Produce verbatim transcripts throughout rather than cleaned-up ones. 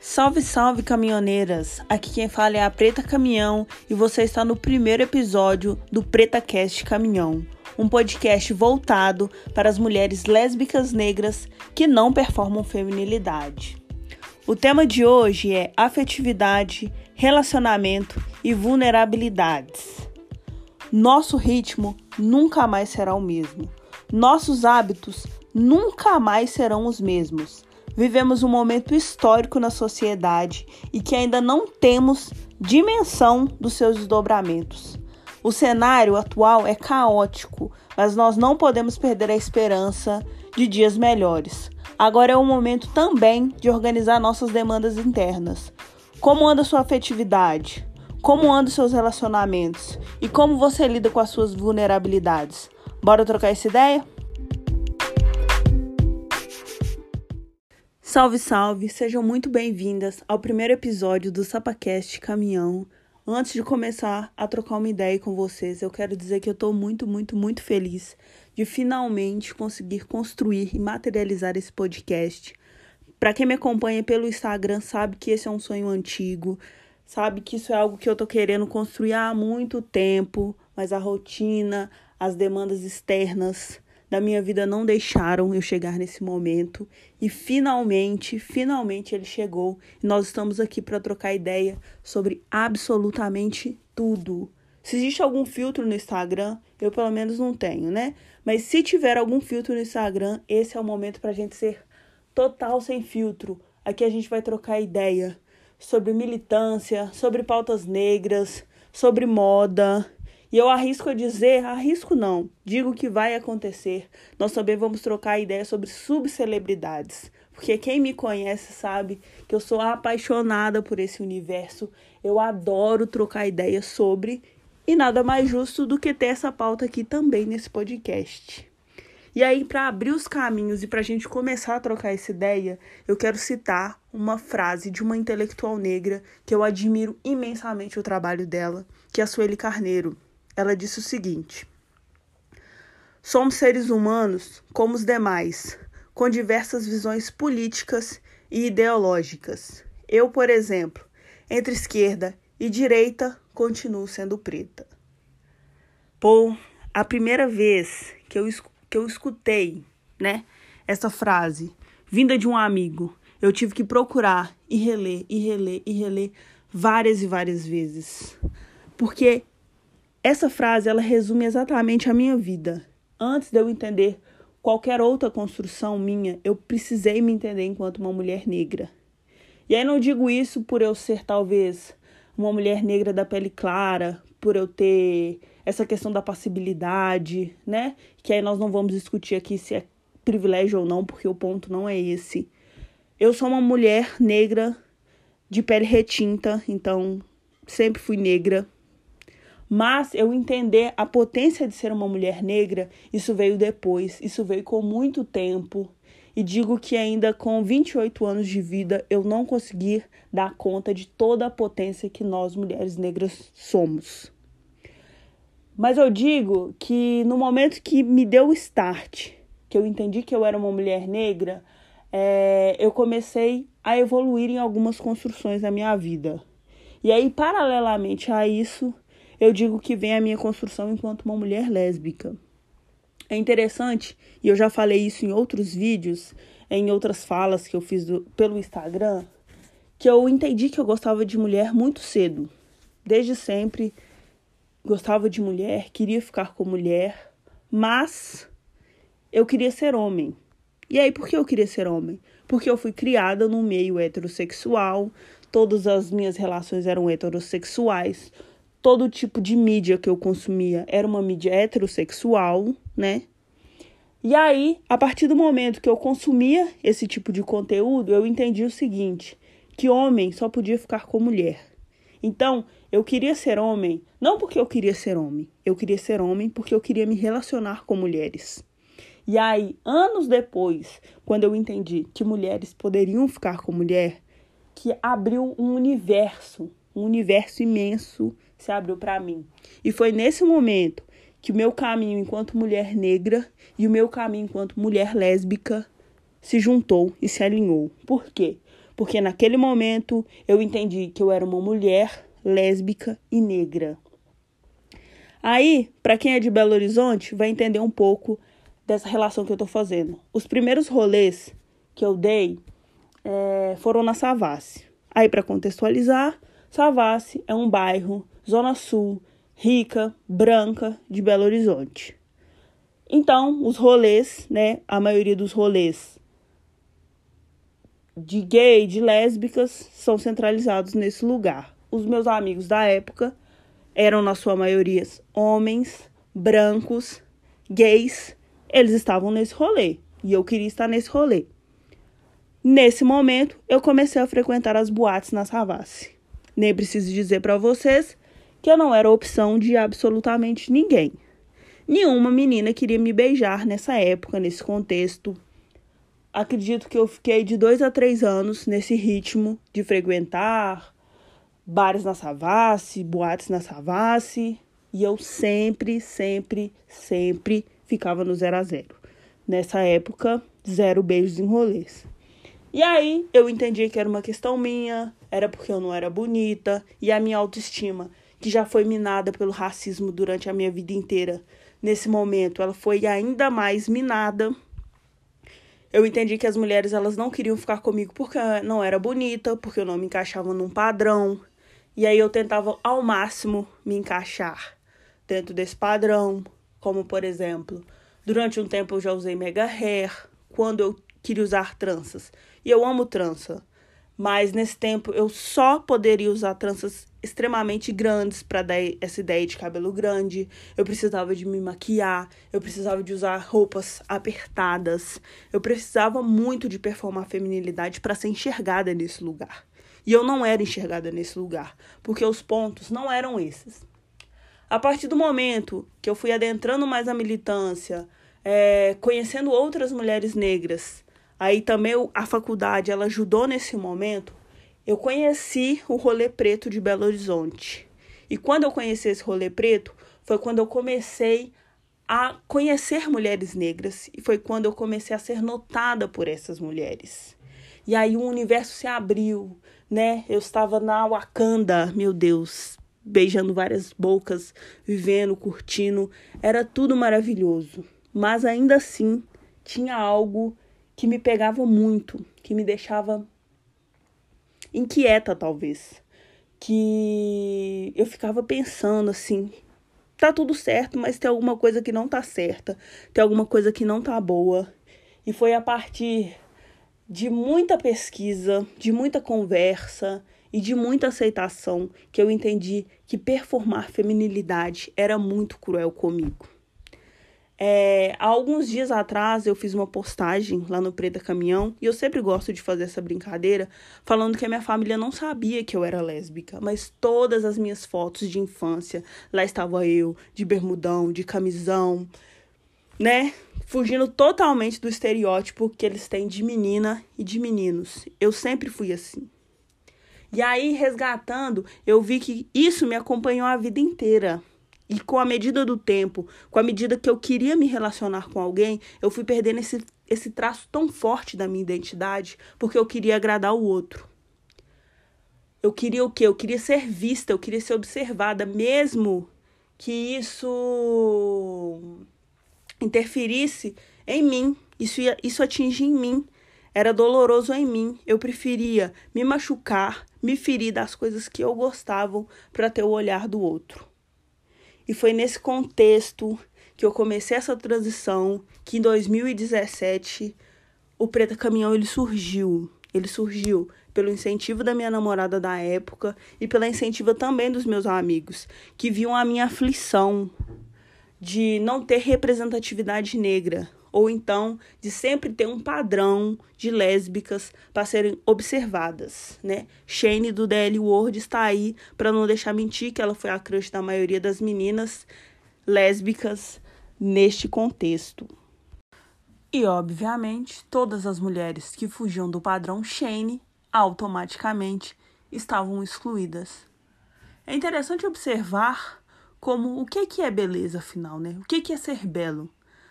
Salve, salve, caminhoneiras! Aqui quem fala é a Preta Caminhão e você está no primeiro episódio do PretaCast Caminhão, um podcast voltado para as mulheres lésbicas negras que não performam feminilidade. O tema de hoje é afetividade, relacionamento e vulnerabilidades. Nosso ritmo nunca mais será o mesmo. Nossos hábitos nunca mais serão os mesmos. Vivemos um momento histórico na sociedade e que ainda não temos dimensão dos seus desdobramentos. O cenário atual é caótico, mas nós não podemos perder a esperança de dias melhores. Agora é o momento também de organizar nossas demandas internas. Como anda sua afetividade? Como andam seus relacionamentos? E como você lida com as suas vulnerabilidades? Bora trocar essa ideia? Salve, salve! Sejam muito bem-vindas ao primeiro episódio do SapaCast Caminhão. Antes de começar a trocar uma ideia com vocês, eu quero dizer que eu estou muito, muito, muito feliz de finalmente conseguir construir e materializar esse podcast. Para quem me acompanha pelo Instagram sabe que esse é um sonho antigo, sabe que isso é algo que eu estou querendo construir há muito tempo, mas a rotina, as demandas externas da minha vida não deixaram eu chegar nesse momento e finalmente, finalmente ele chegou e nós estamos aqui para trocar ideia sobre absolutamente tudo. Se existe algum filtro no Instagram, eu pelo menos não tenho, né? Mas se tiver algum filtro no Instagram, esse é o momento para a gente ser total sem filtro. Aqui a gente vai trocar ideia sobre militância, sobre pautas negras, sobre moda. E eu arrisco a dizer, arrisco não, digo que vai acontecer. Nós também vamos trocar ideia sobre subcelebridades. Porque quem me conhece sabe que eu sou apaixonada por esse universo. Eu adoro trocar ideias sobre. E nada mais justo do que ter essa pauta aqui também nesse podcast. E aí, para abrir os caminhos e para a gente começar a trocar essa ideia, eu quero citar uma frase de uma intelectual negra que eu admiro imensamente o trabalho dela, que é a Sueli Carneiro. Ela disse o seguinte: somos seres humanos como os demais, com diversas visões políticas e ideológicas. Eu, por exemplo, entre esquerda e direita, continuo sendo preta. Pô, a primeira vez que eu, que eu escutei, né, essa frase, vinda de um amigo, eu tive que procurar e reler, e reler, e reler várias e várias vezes. Porque essa frase, ela resume exatamente a minha vida. Antes de eu entender qualquer outra construção minha, eu precisei me entender enquanto uma mulher negra. E aí não digo isso por eu ser, talvez, uma mulher negra da pele clara, por eu ter essa questão da passibilidade, né? Que aí nós não vamos discutir aqui se é privilégio ou não, porque o ponto não é esse. Eu sou uma mulher negra de pele retinta, então sempre fui negra. Mas eu entender a potência de ser uma mulher negra, isso veio depois, isso veio com muito tempo. E digo que ainda com vinte e oito anos de vida, eu não consegui dar conta de toda a potência que nós, mulheres negras, somos. Mas eu digo que no momento que me deu o start, que eu entendi que eu era uma mulher negra, é, eu comecei a evoluir em algumas construções da minha vida. E aí, paralelamente a isso, eu digo que vem a minha construção enquanto uma mulher lésbica. É interessante, e eu já falei isso em outros vídeos, em outras falas que eu fiz do, pelo Instagram, que eu entendi que eu gostava de mulher muito cedo. Desde sempre, gostava de mulher, queria ficar com mulher, mas eu queria ser homem. E aí, por que eu queria ser homem? Porque eu fui criada num meio heterossexual, todas as minhas relações eram heterossexuais, todo tipo de mídia que eu consumia era uma mídia heterossexual, né? E aí, a partir do momento que eu consumia esse tipo de conteúdo, eu entendi o seguinte, que homem só podia ficar com mulher. Então, eu queria ser homem, não porque eu queria ser homem, eu queria ser homem porque eu queria me relacionar com mulheres. E aí, anos depois, quando eu entendi que mulheres poderiam ficar com mulher, que abriu um universo, um universo imenso se abriu para mim. E foi nesse momento que o meu caminho enquanto mulher negra e o meu caminho enquanto mulher lésbica se juntou e se alinhou. Por quê? porque naquele momento eu entendi que eu era uma mulher lésbica e negra. Aí, para quem é de Belo Horizonte, vai entender um pouco dessa relação que eu tô fazendo. Os primeiros rolês que eu dei é, foram na Savassi. Aí, para contextualizar, Savassi é um bairro, Zona Sul, rica, branca, de Belo Horizonte. Então, os rolês, né, a maioria dos rolês de gay, de lésbicas, são centralizados nesse lugar. Os meus amigos da época eram, na sua maioria, homens, brancos, gays. Eles estavam nesse rolê e eu queria estar nesse rolê. Nesse momento, eu comecei a frequentar as boates na Savassi. Nem preciso dizer para vocês que eu não era opção de absolutamente ninguém. Nenhuma menina queria me beijar nessa época, nesse contexto. Acredito que eu fiquei de dois a três anos nesse ritmo de frequentar bares na Savassi, boates na Savassi. E eu sempre, sempre, sempre ficava no zero a zero. Nessa época, zero beijos em rolês. E aí, eu entendi que era uma questão minha, era porque eu não era bonita, e a minha autoestima, que já foi minada pelo racismo durante a minha vida inteira, nesse momento, ela foi ainda mais minada. Eu entendi que as mulheres, elas não queriam ficar comigo porque eu não era bonita, porque eu não me encaixava num padrão. E aí eu tentava, ao máximo, me encaixar dentro desse padrão. Como, por exemplo, durante um tempo eu já usei mega hair, quando eu queria usar tranças. E eu amo trança. Mas nesse tempo eu só poderia usar tranças extremamente grandes para dar essa ideia de cabelo grande. Eu precisava de me maquiar, eu precisava de usar roupas apertadas. Eu precisava muito de performar feminilidade para ser enxergada nesse lugar. E eu não era enxergada nesse lugar, porque os pontos não eram esses. A partir do momento que eu fui adentrando mais a militância, é, conhecendo outras mulheres negras, aí também a faculdade ela ajudou nesse momento, eu conheci o rolê preto de Belo Horizonte. E quando eu conheci esse rolê preto, foi quando eu comecei a conhecer mulheres negras. E foi quando eu comecei a ser notada por essas mulheres. E aí o universo se abriu, né? Eu estava na Wakanda, meu Deus, beijando várias bocas, vivendo, curtindo. Era tudo maravilhoso. Mas ainda assim, tinha algo que me pegava muito, que me deixava inquieta, talvez. Que eu ficava pensando assim, tá tudo certo, mas tem alguma coisa que não tá certa, tem alguma coisa que não tá boa. E foi a partir de muita pesquisa, de muita conversa e de muita aceitação que eu entendi que performar feminilidade era muito cruel comigo. É, há alguns dias atrás eu fiz uma postagem lá no Preta Caminhão, e eu sempre gosto de fazer essa brincadeira, falando que a minha família não sabia que eu era lésbica, mas todas as minhas fotos de infância, lá estava eu, de bermudão, de camisão, né? Fugindo totalmente do estereótipo que eles têm de menina e de meninos. Eu sempre fui assim. E aí, resgatando, eu vi que isso me acompanhou a vida inteira. E com a medida do tempo, com a medida que eu queria me relacionar com alguém, eu fui perdendo esse, esse traço tão forte da minha identidade, porque eu queria agradar o outro. Eu queria o quê? Eu queria ser vista, eu queria ser observada, mesmo que isso interferisse em mim, isso, ia, isso atingia em mim, era doloroso em mim. Eu preferia me machucar, me ferir das coisas que eu gostava para ter o olhar do outro. E foi nesse contexto que eu comecei essa transição, que em dois mil e dezessete o Preta Caminhão ele surgiu. Ele surgiu pelo incentivo da minha namorada da época e pela incentiva também dos meus amigos, que viam a minha aflição de não ter representatividade negra, ou então de sempre ter um padrão de lésbicas para serem observadas, né? Shane do D L World está aí para não deixar mentir que ela foi a crush da maioria das meninas lésbicas neste contexto. E, obviamente, todas as mulheres que fugiam do padrão Shane automaticamente estavam excluídas. É interessante observar como o que é beleza, afinal, né? O que é ser belo?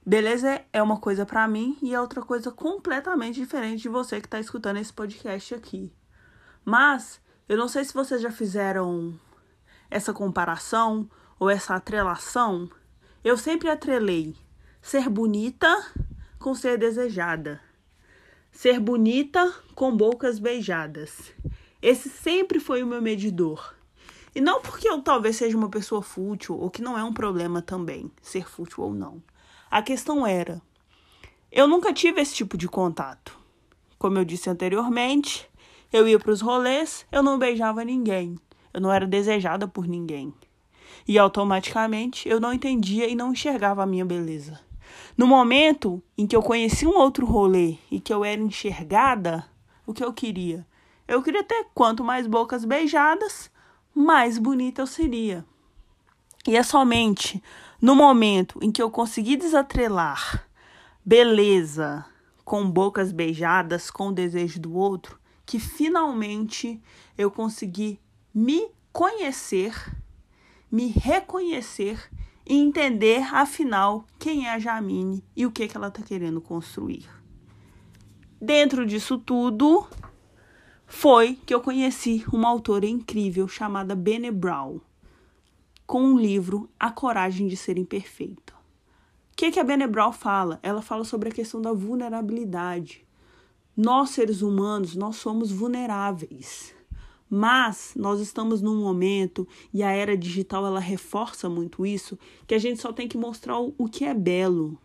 Beleza é uma coisa pra mim e é outra coisa completamente diferente de você que tá escutando esse podcast aqui. Mas eu não sei se vocês já fizeram essa comparação ou essa atrelação. Eu sempre atrelei ser bonita com ser desejada. Ser bonita com bocas beijadas. Esse sempre foi o meu medidor. E não porque eu talvez seja uma pessoa fútil, ou que não é um problema também, ser fútil ou não. A questão era, eu nunca tive esse tipo de contato. Como eu disse anteriormente, eu ia para os rolês, eu não beijava ninguém. Eu não era desejada por ninguém. E automaticamente eu não entendia e não enxergava a minha beleza. No momento em que eu conheci um outro rolê e que eu era enxergada, o que eu queria? Eu queria ter quanto mais bocas beijadas, mais bonita eu seria. E é somente no momento em que eu consegui desatrelar beleza com bocas beijadas, com o desejo do outro, que finalmente eu consegui me conhecer, me reconhecer e entender, afinal, quem é a Jamine e o que, que ela está querendo construir. Dentro disso tudo, foi que eu conheci uma autora incrível chamada Brené Brown, com um livro A Coragem de Ser Imperfeita. O que, que a Brené Brown fala? Ela fala sobre a questão da vulnerabilidade. Nós, seres humanos, nós somos vulneráveis. Mas nós estamos num momento, e a era digital ela reforça muito isso, que a gente só tem que mostrar o, o que é belo,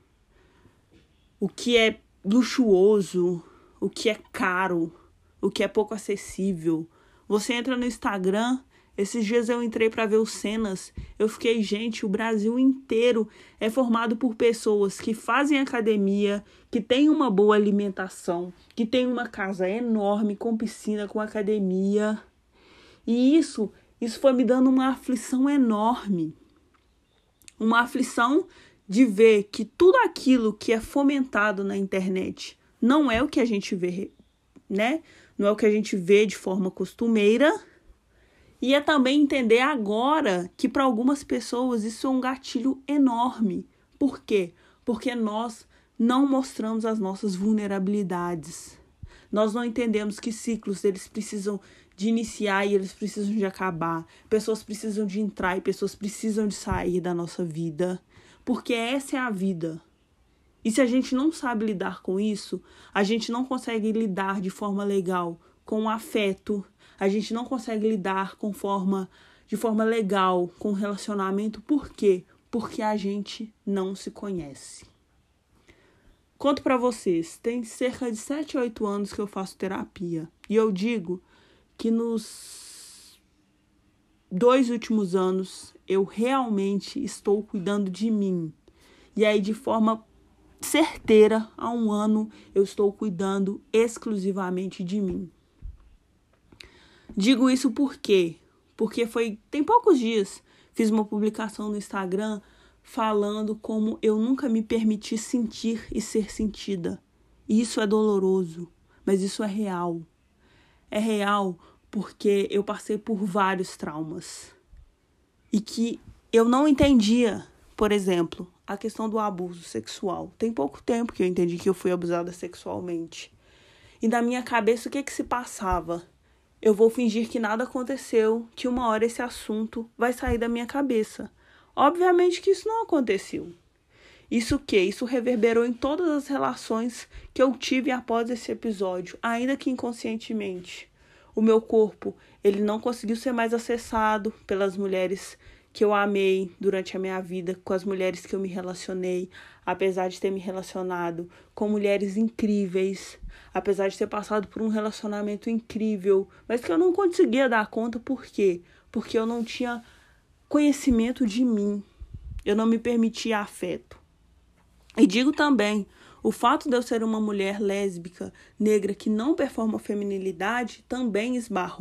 o que é luxuoso, o que é caro, o que é pouco acessível. Você entra no Instagram, esses dias eu entrei para ver os cenas, eu fiquei, gente, o Brasil inteiro é formado por pessoas que fazem academia, que têm uma boa alimentação, que têm uma casa enorme, com piscina, com academia. E isso, isso foi me dando uma aflição enorme. Uma aflição de ver que tudo aquilo que é fomentado na internet não é o que a gente vê, né? Não é o que a gente vê de forma costumeira. E é também entender agora que para algumas pessoas isso é um gatilho enorme. Por quê? Porque nós não mostramos as nossas vulnerabilidades. Nós não entendemos que ciclos eles precisam de iniciar e eles precisam de acabar. Pessoas precisam de entrar e pessoas precisam de sair da nossa vida. Porque essa é a vida. E se a gente não sabe lidar com isso, a gente não consegue lidar de forma legal com o afeto. A gente não consegue lidar com forma, de forma legal com o relacionamento. Por quê? Porque a gente não se conhece. Conto pra vocês, tem cerca de sete, oito anos que eu faço terapia. E eu digo que nos dois últimos anos eu realmente estou cuidando de mim. E aí, de forma certeira, há um ano eu estou cuidando exclusivamente de mim. Digo isso por quê? Porque foi, tem poucos dias, fiz uma publicação no Instagram falando como eu nunca me permiti sentir e ser sentida. E isso é doloroso, mas isso é real. É real porque eu passei por vários traumas. E que eu não entendia, por exemplo, a questão do abuso sexual. Tem pouco tempo que eu entendi que eu fui abusada sexualmente. E na minha cabeça, o que que se passava? Eu vou fingir que nada aconteceu, que uma hora esse assunto vai sair da minha cabeça. Obviamente que isso não aconteceu. Isso o quê? Isso reverberou em todas as relações que eu tive após esse episódio, ainda que inconscientemente. O meu corpo, ele não conseguiu ser mais acessado pelas mulheres que eu amei durante a minha vida, com as mulheres que eu me relacionei, apesar de ter me relacionado com mulheres incríveis, apesar de ter passado por um relacionamento incrível, mas que eu não conseguia dar conta. Por quê? Porque eu não tinha conhecimento de mim, eu não me permitia afeto. E digo também, o fato de eu ser uma mulher lésbica, negra, que não performa feminilidade, também esbarrou.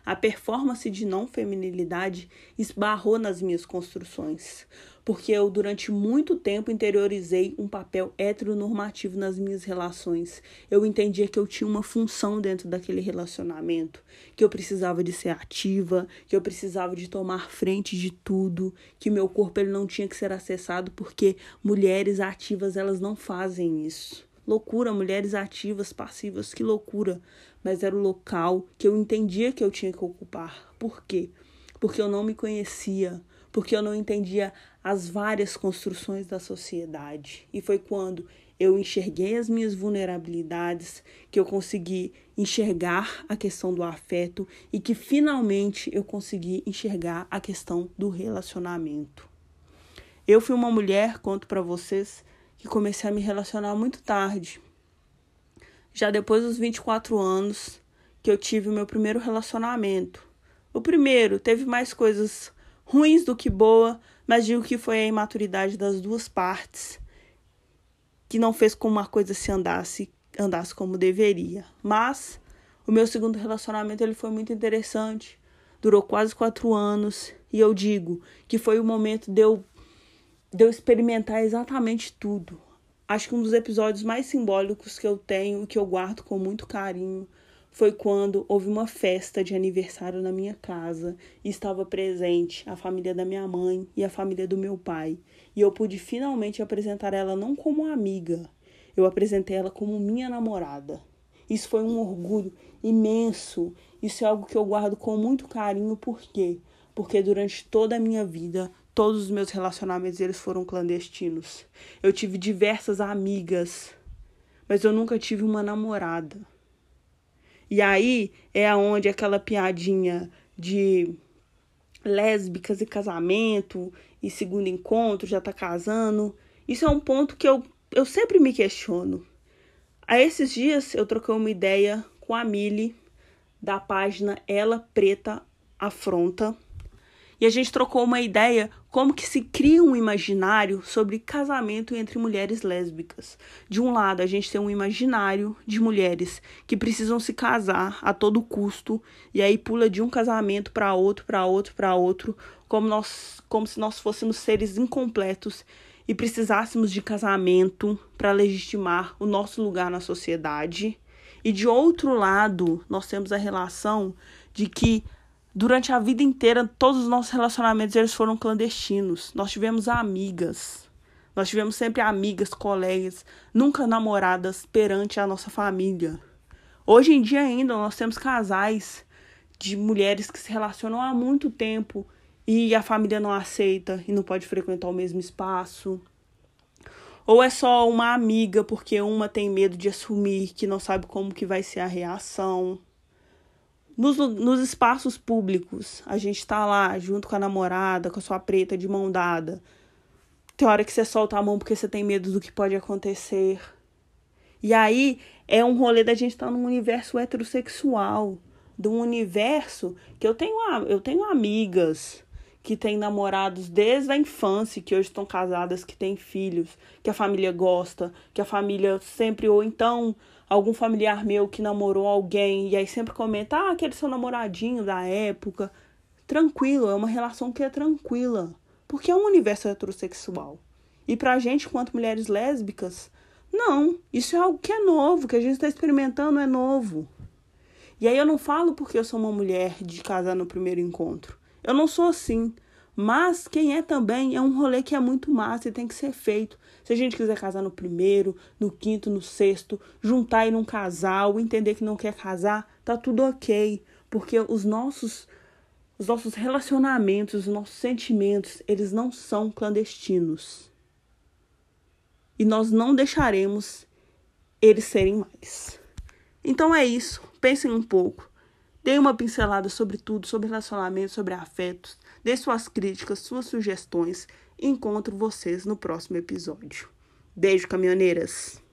A performance de não feminilidade esbarrou nas minhas construções, porque eu durante muito tempo interiorizei um papel heteronormativo nas minhas relações. Eu entendia que eu tinha uma função dentro daquele relacionamento, que eu precisava de ser ativa, que eu precisava de tomar frente de tudo, que meu corpo ele não tinha que ser acessado porque mulheres ativas elas não fazem isso. Loucura, mulheres ativas, passivas, que loucura. Mas era o local que eu entendia que eu tinha que ocupar. Por quê? Porque eu não me conhecia, porque eu não entendia as várias construções da sociedade. E foi quando eu enxerguei as minhas vulnerabilidades, que eu consegui enxergar a questão do afeto e que finalmente eu consegui enxergar a questão do relacionamento. Eu fui uma mulher, conto para vocês, que comecei a me relacionar muito tarde. Já depois dos vinte e quatro anos que eu tive o meu primeiro relacionamento. O primeiro teve mais coisas ruins do que boa, mas digo que foi a imaturidade das duas partes que não fez com que uma coisa se andasse, andasse como deveria. Mas o meu segundo relacionamento ele foi muito interessante. Durou quase quatro anos e eu digo que foi o momento de eu de eu experimentar exatamente tudo. Acho que um dos episódios mais simbólicos que eu tenho e que eu guardo com muito carinho foi quando houve uma festa de aniversário na minha casa e estava presente a família da minha mãe e a família do meu pai. E eu pude finalmente apresentar ela não como amiga, eu apresentei ela como minha namorada. Isso foi um orgulho imenso. Isso é algo que eu guardo com muito carinho. Por quê? Porque durante toda a minha vida, todos os meus relacionamentos eles foram clandestinos. Eu tive diversas amigas, mas eu nunca tive uma namorada. E aí é onde aquela piadinha de lésbicas e casamento e segundo encontro, já tá casando. Isso é um ponto que eu, eu sempre me questiono. Há esses dias eu troquei uma ideia com a Mili da página Ela Preta Afronta. E a gente trocou uma ideia como que se cria um imaginário sobre casamento entre mulheres lésbicas. De um lado, a gente tem um imaginário de mulheres que precisam se casar a todo custo e aí pula de um casamento para outro, para outro, para outro, como, nós, como se nós fôssemos seres incompletos e precisássemos de casamento para legitimar o nosso lugar na sociedade. E de outro lado, nós temos a relação de que durante a vida inteira, todos os nossos relacionamentos eles foram clandestinos. Nós tivemos amigas. Nós tivemos sempre amigas, colegas, nunca namoradas perante a nossa família. Hoje em dia ainda nós temos casais de mulheres que se relacionam há muito tempo e a família não aceita e não pode frequentar o mesmo espaço. Ou é só uma amiga porque uma tem medo de assumir, que não sabe como que vai ser a reação. Nos, nos espaços públicos, a gente tá lá junto com a namorada, com a sua preta, de mão dada. Tem hora que você solta a mão porque você tem medo do que pode acontecer. E aí é um rolê da gente estar num universo heterossexual. De um universo que eu tenho, eu tenho amigas que têm namorados desde a infância, que hoje estão casadas, que têm filhos, que a família gosta, que a família sempre, ou então algum familiar meu que namorou alguém, e aí sempre comenta, ah, aquele seu namoradinho da época. Tranquilo, é uma relação que é tranquila, porque é um universo heterossexual. E pra gente, quanto mulheres lésbicas, não, isso é algo que é novo, que a gente está experimentando, é novo. E aí eu não falo porque eu sou uma mulher de casar no primeiro encontro. Eu não sou assim. Mas quem é também é um rolê que é muito massa e tem que ser feito. Se a gente quiser casar no primeiro, no quinto, no sexto, juntar e num casal, entender que não quer casar, tá tudo ok. Porque os nossos, os nossos relacionamentos, os nossos sentimentos, eles não são clandestinos. E nós não deixaremos eles serem mais. Então é isso. Pensem um pouco. Dê uma pincelada sobre tudo, sobre relacionamento, sobre afetos. Dê suas críticas, suas sugestões. E encontro vocês no próximo episódio. Beijo, caminhoneiras!